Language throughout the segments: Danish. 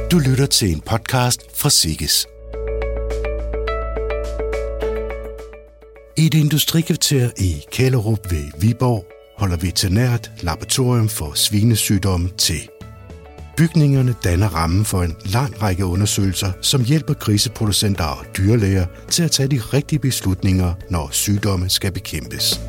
Du lytter til en podcast fra SIGGES. I et industrikvarter i Kjellerup ved Viborg holder veterinært laboratorium for svinesygdomme til. Bygningerne danner rammen for en lang række undersøgelser, som hjælper griseproducenter og dyrlæger til at tage de rigtige beslutninger, når sygdomme skal bekæmpes.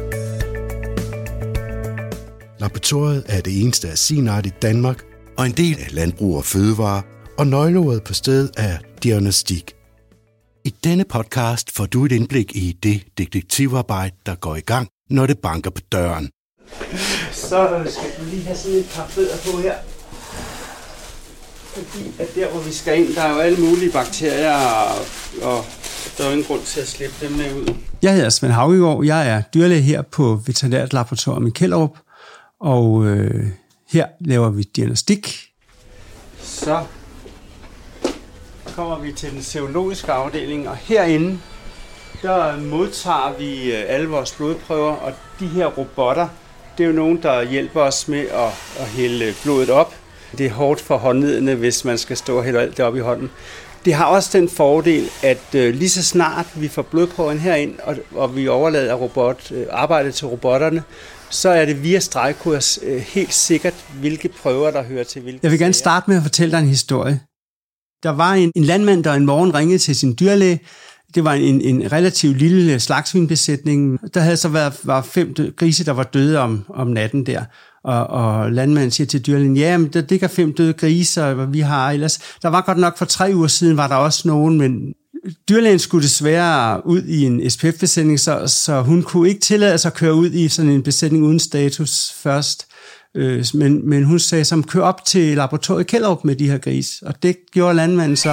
Laboratoriet er det eneste af sin art i Danmark, og en del af Landbrug og Fødevare, og nøgleordet på stedet er diagnostik. I denne podcast får du et indblik i det detektivarbejde, der går i gang, når det banker på døren. Så skal du lige have sådan et par fødder på her. Fordi at der, hvor vi skal ind, der er jo alle mulige bakterier, og der er jo ingen grund til at slippe dem med ud. Jeg hedder Svend Haugegaard. Jeg er dyrlæge her på Veterinært Laboratorium i Kjellerup, og her laver vi diagnostik. Så kommer vi til den serologiske afdeling, og herinde, der modtager vi alle vores blodprøver, og de her robotter, det er jo nogen, der hjælper os med at hælde blodet op. Det er hårdt for håndledene, hvis man skal stå og hælde alt det op i hånden. Det har også den fordel, at lige så snart vi får blodprøven herind, og vi overlader arbejdet til robotterne, så er det via stregkoder helt sikkert, hvilke prøver, der hører til hvilke. Jeg vil gerne starte med at fortælle dig en historie. Der var en landmand, der en morgen ringede til sin dyrlæge. Det var en relativt lille slagsvinbesætning. Der havde så var 5 grise, der var døde om natten der. Og landmanden siger til dyrlægen, ja, men der ligger 5 døde grise, og vi har ellers. Der var godt nok for 3 uger siden, var der også nogen, men dyrlægen skulle desværre ud i en SPF-besætning, så hun kunne ikke tillade sig at køre ud i sådan en besætning uden status først. Men hun sagde, som kør op til laboratoriet i Kjellerup med de her grise, og det gjorde landmanden så.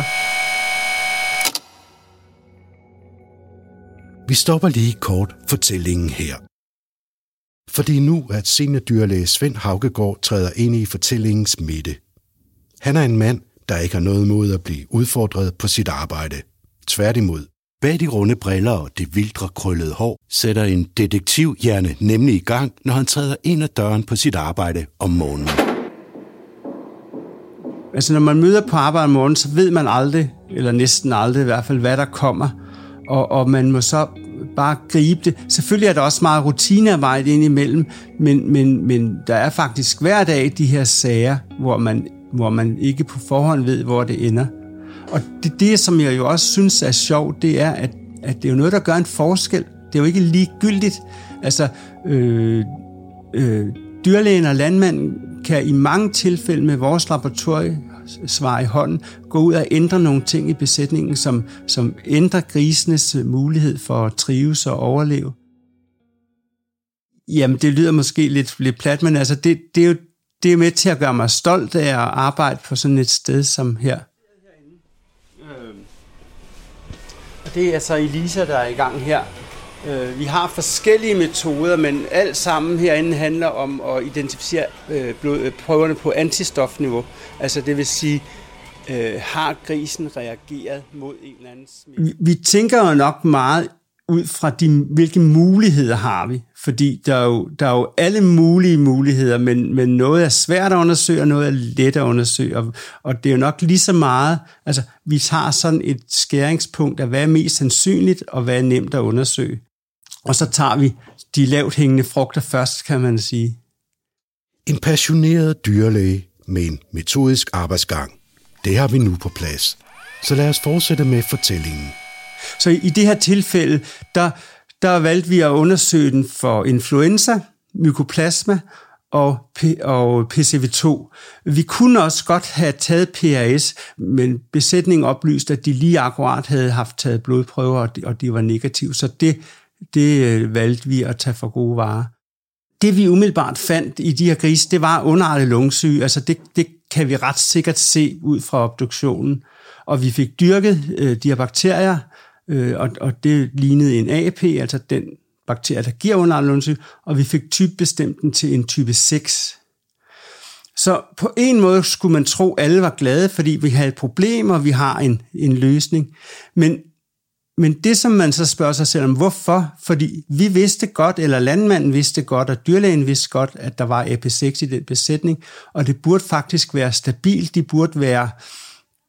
Vi stopper lige kort fortællingen her. Fordi nu at seniordyrlæge Svend Haugegaard træder ind i fortællingens midte. Han er en mand, der ikke har noget imod at blive udfordret på sit arbejde. Tværtimod. Bag de runde briller og det vildre krøllede hår sætter en detektivhjerne nemlig i gang, når han træder ind ad døren på sit arbejde om morgenen. Altså når man møder på arbejde om morgenen, så ved man aldrig, eller næsten aldrig i hvert fald, hvad der kommer. Og man må så bare gribe det. Selvfølgelig er der også meget rutinearbejde indimellem, men der er faktisk hver dag de her sager, hvor man ikke på forhånd ved, hvor det ender. Og det, som jeg jo også synes er sjovt, det er, at det er jo noget, der gør en forskel. Det er jo ikke ligegyldigt. Altså, dyrlægen og landmanden kan i mange tilfælde med vores laboratoriesvar i hånden gå ud og ændre nogle ting i besætningen, som ændrer grisenes mulighed for at trives og overleve. Jamen, det lyder måske lidt plat, men altså, det er med til at gøre mig stolt af at arbejde på sådan et sted som her. Og det er altså Elisa, der er i gang her. Vi har forskellige metoder, men alt sammen herinde handler om at identificere prøverne på antistofniveau. Altså det vil sige, har grisen reageret mod en eller anden smitte? Vi tænker jo nok meget ud fra hvilke muligheder har vi. Fordi der er jo alle mulige muligheder, men noget er svært at undersøge, og noget er let at undersøge. Og det er jo nok lige så meget, altså vi tager sådan et skæringspunkt af, hvad er mest sandsynligt, og hvad er nemt at undersøge. Og så tager vi de lavt hængende frugter først, kan man sige. En passioneret dyrlæge med en metodisk arbejdsgang. Det har vi nu på plads. Så lad os fortsætte med fortællingen. Så i det her tilfælde, der valgte vi at undersøge den for influenza, mykoplasma og PCV2. Vi kunne også godt have taget PRS, men besætningen oplyste, at de lige akkurat havde haft taget blodprøver, og de var negative. Så det valgte vi at tage for gode varer. Det vi umiddelbart fandt i de her grise, det var underartet lungesyge. Altså det kan vi ret sikkert se ud fra obduktionen. Og vi fik dyrket de her bakterier, og det lignede en AP, altså den bakterie, der giver underartet lungesyge, og vi fik typebestemt den til en type 6. Så på en måde skulle man tro, at alle var glade, fordi vi havde et problem, og vi har en løsning. Men det, som man så spørger sig selv om, hvorfor? Fordi vi vidste godt, eller landmanden vidste godt, og dyrlægen vidste godt, at der var AP6 i den besætning, og det burde faktisk være stabilt. De burde være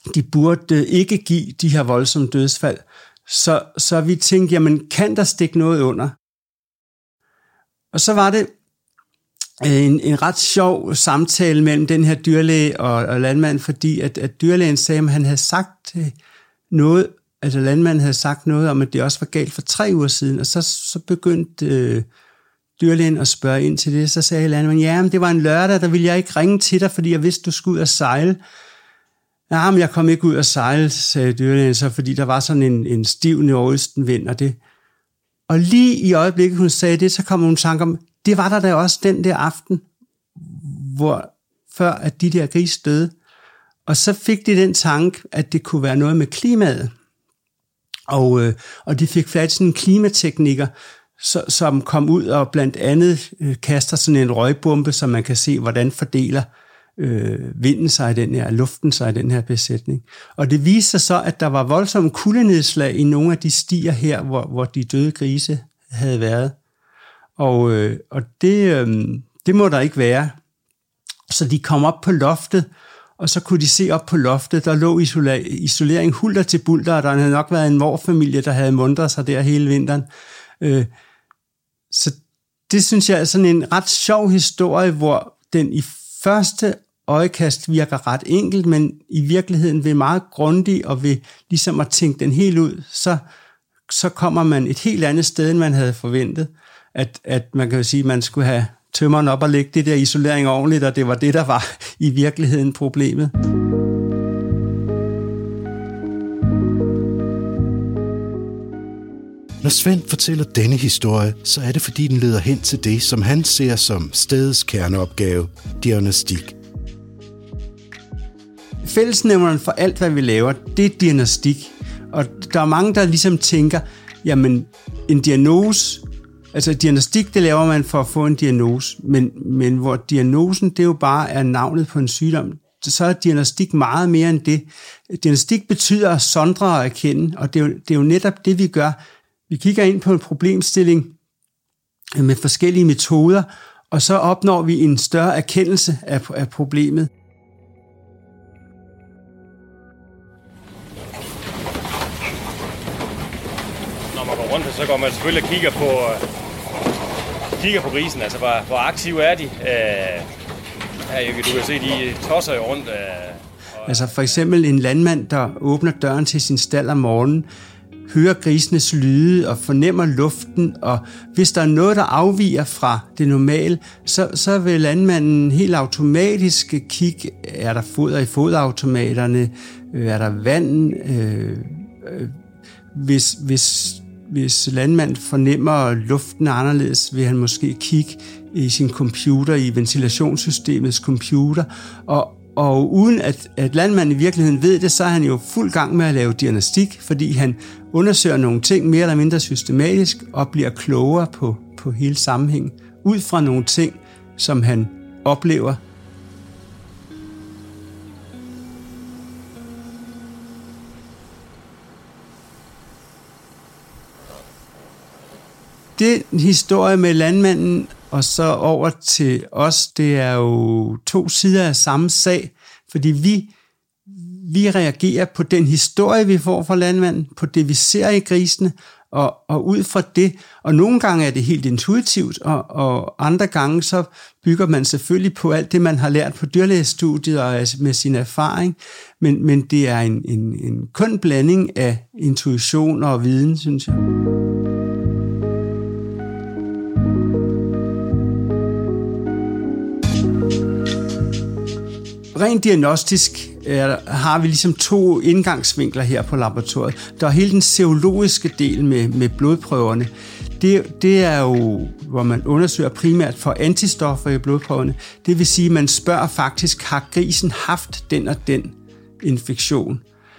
de burde ikke give de her voldsomme dødsfald. Så vi tænkte, jamen kan der stikke noget under? Og så var det en ret sjov samtale mellem den her dyrlæge og landmanden, fordi at dyrlægen sagde, at han havde sagt noget, altså landmanden havde sagt noget om, at det også var galt for 3 uger siden, og så begyndte dyrlægen at spørge ind til det. Så sagde landmanden, ja, men det var en lørdag, der ville jeg ikke ringe til dig, fordi jeg vidste, du skulle ud og sejle. Ja, men jeg kom ikke ud og sejle, sagde dyrlægen så, fordi der var sådan en stiv nordøstenvind og det. Og lige i øjeblikket, hun sagde det, så kom hun tanke om, det var der da også den der aften, hvor før at de der grise døde. Og så fik de den tanke, at det kunne være noget med klimaet. Og de fik fat sådan klimateknikker, som kom ud og blandt andet kaster sådan en røgbombe, så man kan se, hvordan fordeler vinden sig i den her, luften sig i den her besætning. Og det viste sig så, at der var voldsomme kuldenedslag i nogle af de stier her, hvor de døde grise havde været. Og det må der ikke være. Så de kom op på loftet, og så kunne de se op på loftet, der lå isolering hulter til bulter, og der havde nok været en morfamilie, der havde muntret sig der hele vinteren. Så det synes jeg er sådan en ret sjov historie, hvor den i første øjekast virker ret enkelt, men i virkeligheden ved meget grundig og ved ligesom at tænke den helt ud, så kommer man et helt andet sted, end man havde forventet. At man kan jo sige, at man skulle have tømmeren op og lægge det der isolering ordentligt, og det var det, der var i virkeligheden problemet. Når Svend fortæller denne historie, så er det fordi den leder hen til det, som han ser som stedets kerneopgave, diagnostik. Fællesnævneren for alt, hvad vi laver, det er diagnostik. Og der er mange, der ligesom tænker, jamen en diagnose, altså diagnostik, det laver man for at få en diagnose, men hvor diagnosen, det jo bare er navnet på en sygdom, så er diagnostik meget mere end det. Diagnostik betyder at sondre og erkende, og det er jo netop det, vi gør. Vi kigger ind på en problemstilling med forskellige metoder, og så opnår vi en større erkendelse af problemet. Når man går rundt, så går man selvfølgelig og kigger på grisen, altså hvor aktive er de. Du kan se, de tosser jo rundt. Altså for eksempel en landmand, der åbner døren til sin stald om morgenen, hører grisenes lyde og fornemmer luften, og hvis der er noget, der afviger fra det normale, så vil landmanden helt automatisk kigge, er der foder i foderautomaterne, er der vand, hvis landmanden fornemmer luften anderledes, vil han måske kigge i sin computer, i ventilationssystemets computer, og uden at landmanden i virkeligheden ved det, så er han jo fuld gang med at lave diagnostik, fordi han undersøger nogle ting mere eller mindre systematisk og bliver klogere på hele sammenhængen, ud fra nogle ting, som han oplever. Det historie med landmanden og så over til os, det er jo 2 sider af samme sag, fordi vi reagerer på den historie, vi får fra landmanden, på det, vi ser i grisene, og ud fra det, og nogle gange er det helt intuitivt, og andre gange så bygger man selvfølgelig på alt det, man har lært på dyrlægestudiet og med sin erfaring, men det er en køn blanding af intuition og viden, synes jeg. Rent diagnostisk har vi ligesom 2 indgangsvinkler her på laboratoriet. Der er hele den serologiske del med blodprøverne. Det er jo, hvor man undersøger primært for antistoffer i blodprøverne. Det vil sige, at man spørger faktisk, har grisen haft den og den infektion?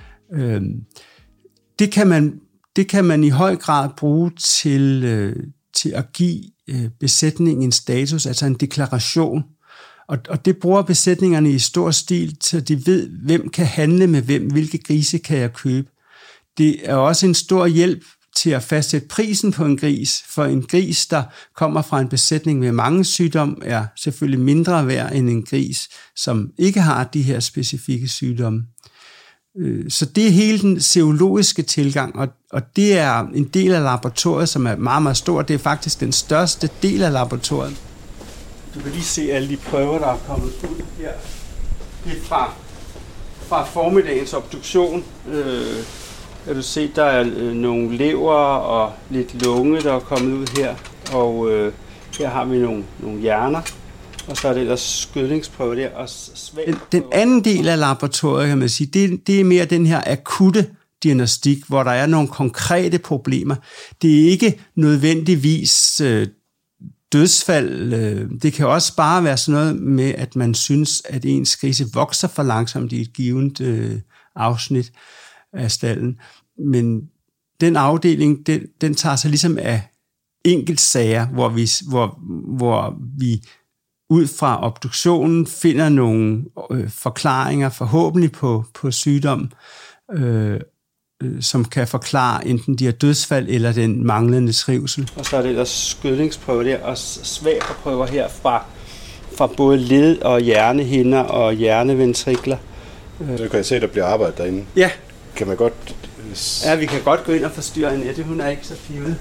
Det kan man i høj grad bruge til at give besætningen en status, altså en deklaration. Og det bruger besætningerne i stor stil, så de ved, hvem kan handle med hvem, hvilke grise kan jeg købe. Det er også en stor hjælp til at fastsætte prisen på en gris, for en gris, der kommer fra en besætning med mange sygdomme, er selvfølgelig mindre værd end en gris, som ikke har de her specifikke sygdomme. Så det er hele den serologiske tilgang, og det er en del af laboratoriet, som er meget, meget stor. Det er faktisk den største del af laboratoriet. Du kan lige se alle de prøver, der er kommet ud her. Det er fra formiddagens obduktion. Kan du se, der er nogle lever og lidt lunge, der er kommet ud her. Og her har vi nogle hjerner. Og så er det ellers skydningsprøve der og svag. Den anden del af laboratoriet, kan man sige, det er mere den her akutte diagnostik, hvor der er nogle konkrete problemer. Det er ikke nødvendigvis dødsfald. Det kan også bare være sådan noget med, at man synes, at ens grise vokser for langsomt i et givet afsnit af stalden. Men den afdeling, den tager sig ligesom af enkeltsager, hvor vi ud fra obduktionen finder nogle forklaringer forhåbentlig på sygdom, som kan forklare enten de her dødsfald eller den manglende trivsel. Og så er det ellers skydningsprøve der og svaberprøver her fra både led og hjernehinder og hjerneventrikler. Så kan jeg se, at der bliver arbejdet derinde. Ja. Kan man godt... Ja, vi kan godt gå ind og forstyrre Annette. Hun er ikke så pivet.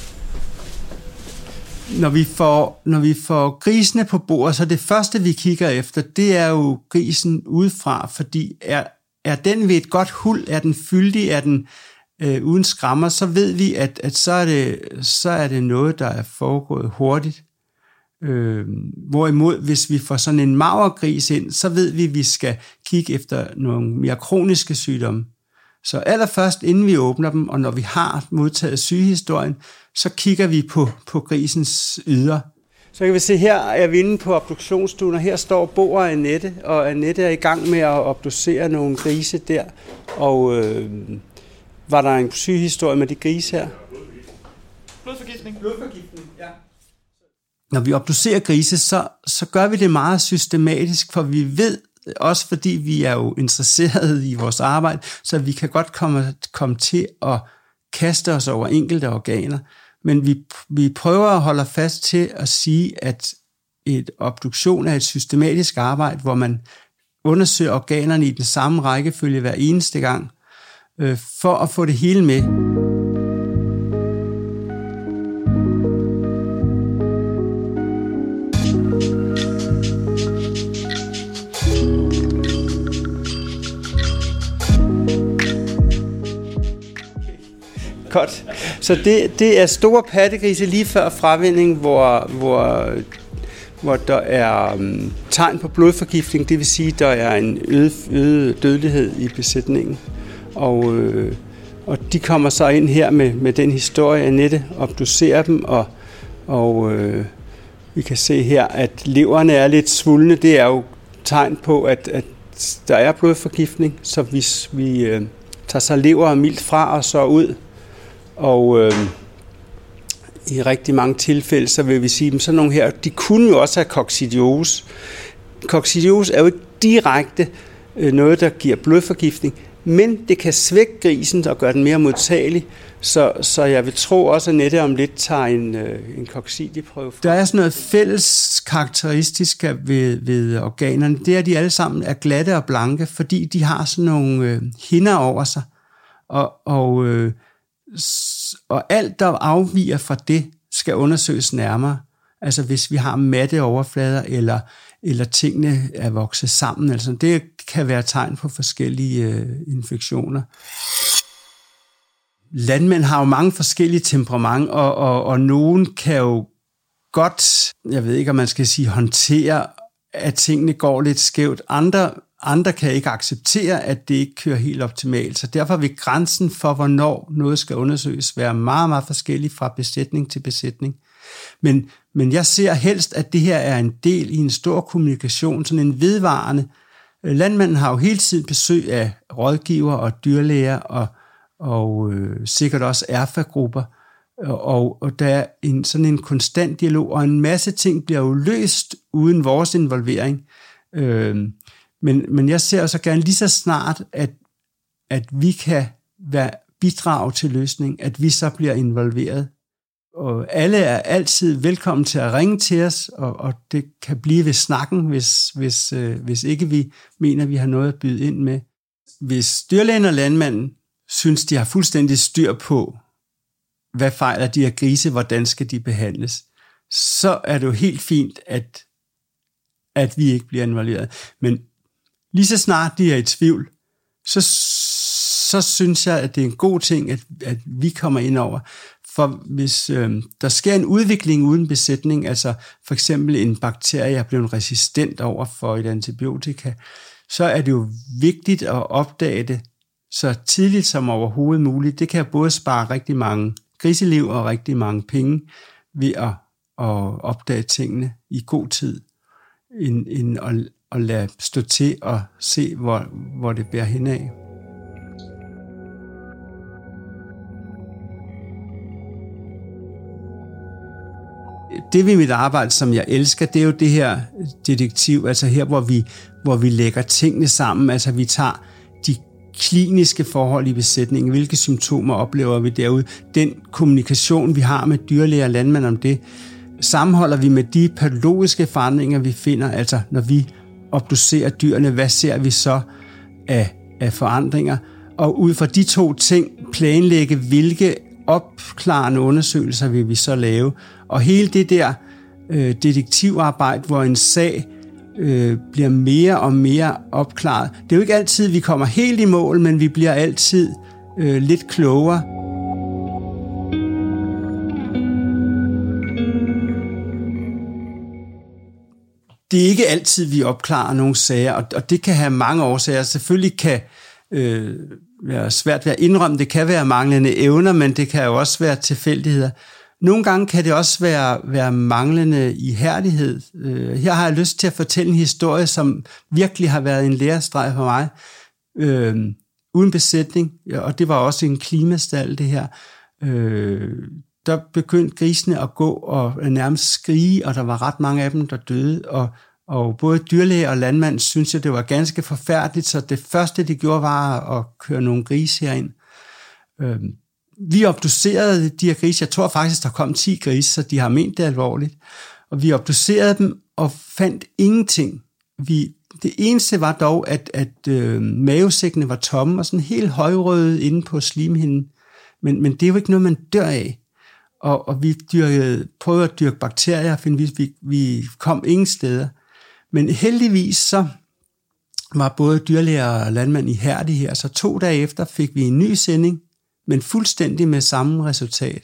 Når vi får grisene på bordet, så det første, vi kigger efter, det er jo grisen udefra, fordi er den ved et godt huld, er den fyldig, er den uden skrammer, så ved vi, at så er det noget, der er foregået hurtigt. Hvorimod, hvis vi får sådan en magergris ind, så ved vi, at vi skal kigge efter nogle mere kroniske sygdomme. Så allerførst, inden vi åbner dem, og når vi har modtaget sygehistorien, så kigger vi på grisens yder. Så kan vi se, her er vi inde på obduktionsstuen, og her står Bo og Annette, og Annette er i gang med at obducere nogle grise der. Og var der en sygehistorie med de grise her? Blodforgiftning, ja. Når vi obducerer grise, så gør vi det meget systematisk, for vi ved, også fordi vi er jo interesserede i vores arbejde, så vi kan godt komme til at kaste os over enkelte organer. Men vi prøver at holde fast til at sige, at et obduktion er et systematisk arbejde, hvor man undersøger organerne i den samme rækkefølge hver eneste gang, for at få det hele med. Godt. Så det er store pattegrise lige før fravinding, hvor der er tegn på blodforgiftning, det vil sige, at der er en øget dødelighed i besætningen. Og de kommer så ind her med den historie, Annette obducerer dem, og vi kan se her, at leverne er lidt svulne. Det er jo tegn på, at der er blodforgiftning, så hvis vi tager så lever og milt fra og så ud, og i rigtig mange tilfælde, så vil vi sige, at sådan nogle her, de kunne jo også have kokcidiose. Kokcidiose er jo ikke direkte noget, der giver blodforgiftning, men det kan svække grisen og gøre den mere modtagelig. Så jeg vil tro også, at Annette om lidt tager en koksidieprøve. Der er sådan noget fælles karakteristisk ved organerne. Det er, at de alle sammen er glatte og blanke, fordi de har sådan nogle hinder over sig. Og alt, der afviger fra det, skal undersøges nærmere. Altså hvis vi har matte overflader, eller tingene er vokset sammen. Altså det kan være tegn på forskellige infektioner. Landmænd har jo mange forskellige temperament, og nogen kan jo godt, jeg ved ikke, om man skal sige, håndtere, at tingene går lidt skævt. Andre kan ikke acceptere, at det ikke kører helt optimalt. Så derfor vil grænsen for, hvornår noget skal undersøges, være meget, meget forskellig fra besætning til besætning. Men jeg ser helst, at det her er en del i en stor kommunikation, sådan en vedvarende. Landmanden har jo hele tiden besøg af rådgiver og dyrlæger og sikkert også erfagrupper. Og der er sådan en konstant dialog, og en masse ting bliver jo løst uden vores involvering. Men jeg ser også gerne lige så snart, at vi kan bidrage til løsning, at vi så bliver involveret. Og alle er altid velkommen til at ringe til os, og det kan blive ved snakken, hvis ikke vi mener, vi har noget at byde ind med. Hvis dyrlægen og landmanden synes, de har fuldstændig styr på, hvad fejler de her grise, hvordan skal de behandles, så er det jo helt fint, at vi ikke bliver involveret. Men lige så snart de er i tvivl, så synes jeg, at det er en god ting, at vi kommer ind over. For hvis der sker en udvikling uden besætning, altså for eksempel en bakterie er blevet resistent over for et antibiotika, så er det jo vigtigt at opdage det så tidligt som overhovedet muligt. Det kan både spare rigtig mange griseliv og rigtig mange penge ved at opdage tingene i god tid, end at lade stå til og se, hvor det bærer henad. Det ved mit arbejde, som jeg elsker, det er jo det her detektiv, altså her, hvor vi lægger tingene sammen, altså vi tager de kliniske forhold i besætningen, hvilke symptomer oplever vi derude, den kommunikation, vi har med dyrlæger og landmænd om det, sammenholder vi med de patologiske forandringer, vi finder, altså når vi obducerer dyrene, hvad ser vi så af forandringer, og ud fra de to ting planlægge, hvilke opklarende undersøgelser vil vi så lave. Og hele det der detektivarbejde, hvor en sag bliver mere og mere opklaret. Det er jo ikke altid, vi kommer helt i mål, men vi bliver altid lidt klogere. Det er ikke altid, vi opklarer nogle sager, og det kan have mange årsager. Selvfølgelig kan være svært ved at indrømme, det kan være manglende evner, men det kan jo også være tilfældigheder. Nogle gange kan det også være manglende ihærdighed. Her har jeg lyst til at fortælle en historie, som virkelig har været en lærestreg for mig, uden besætning, og det var også en klimastald, det her. Der begyndte grisene at gå og nærmest skrige, og der var ret mange af dem, der døde, og både dyrlæge og landmand synes jeg, det var ganske forfærdeligt, så det første, de gjorde, var at køre nogle grise herind. Vi obducerede de her grise. Jeg tror faktisk, der kom 10 grise, så de har ment det alvorligt. Og vi obducerede dem og fandt ingenting. Det eneste var dog, at mavesækkene var tomme og sådan helt højrøde inde på slimhinden. Men det er jo ikke noget, man dør af. Og vi prøvede at dyrke bakterier, og vi kom ingen steder. Men heldigvis så var både dyrlæger og landmand ihærdige her, så 2 dage efter fik vi en ny sending, men fuldstændig med samme resultat.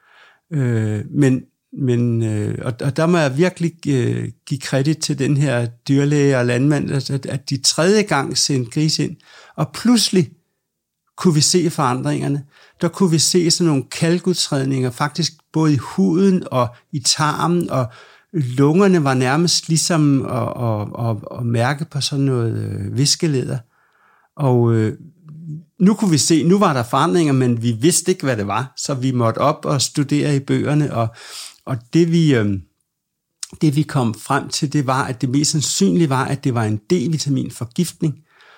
Og der må jeg virkelig give kredit til den her dyrlæge og landmand, at de 3. gang sendte gris ind, og pludselig kunne vi se forandringerne. Der kunne vi se sådan nogle kalkudtrædninger, faktisk både i huden og i tarmen, og lungerne var nærmest ligesom at mærke på sådan noget viskelæder. Og nu kunne vi se, nu var der forandringer, men vi vidste ikke, hvad det var, så vi måtte op og studere i bøgerne, og det vi kom frem til, det var, at det mest sandsynlige var, at det var en D-vitaminforgiftning,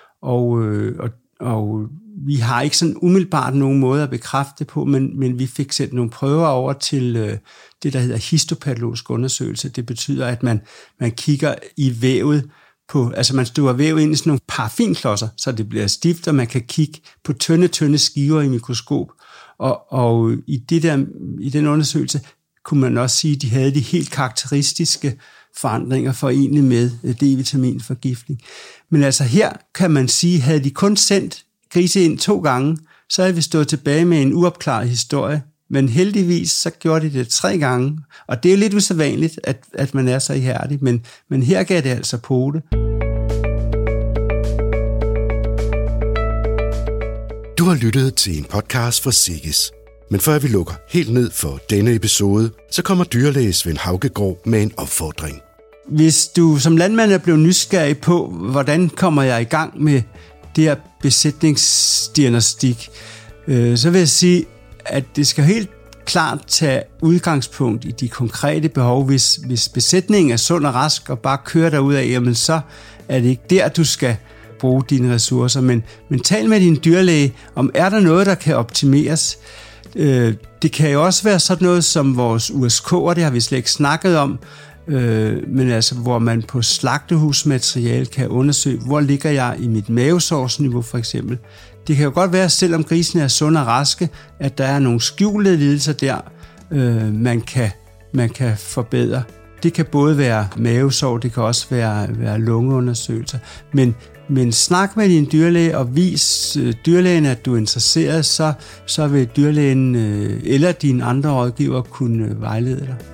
og vi har ikke sådan umiddelbart nogen måde at bekræfte det på, men vi fik sendt nogle prøver over til det, der hedder histopatologisk undersøgelse. Det betyder, at man kigger i vævet på, altså man støver væv ind i sådan nogle paraffinklodser, så det bliver stift, og man kan kigge på tynde skiver i mikroskop. Og i den undersøgelse kunne man også sige, at de havde de helt karakteristiske forandringer forenet med D-vitaminforgiftning. Men altså her kan man sige, havde de kun sendt grise ind 2 gange, så havde vi stået tilbage med en uopklaret historie. Men heldigvis så gjorde de det 3 gange, og det er lidt usædvanligt, at man er så ihærdig, men her gav det altså pote. Du har lyttet til en podcast fra SIGGES. Men før vi lukker helt ned for denne episode, så kommer dyrlæge Svend Haugegaard med en opfordring. Hvis du som landmand er blevet nysgerrig på, hvordan kommer jeg i gang med det her besætningsdiagnostik, så vil jeg sige, at det skal helt klart tage udgangspunkt i de konkrete behov. Hvis besætningen er sund og rask og bare kører derudad, jamen så er det ikke der, du skal bruge dine ressourcer. Men tal med din dyrlæge, om er der noget, der kan optimeres. Det kan jo også være sådan noget som vores USK'er, det har vi slet ikke snakket om. men altså hvor man på slagtehusmateriale kan undersøge, hvor ligger jeg i mit mavesårsniveau for eksempel. Det kan jo godt være, selvom grisen er sund og raske, at der er nogle skjulte lidelser der, man kan forbedre. Det kan både være mavesår, det kan også være lungeundersøgelser, men snak med din dyrlæge og vis dyrlægen, at du er interesseret, så vil dyrlægen eller dine andre rådgiver kunne vejlede dig.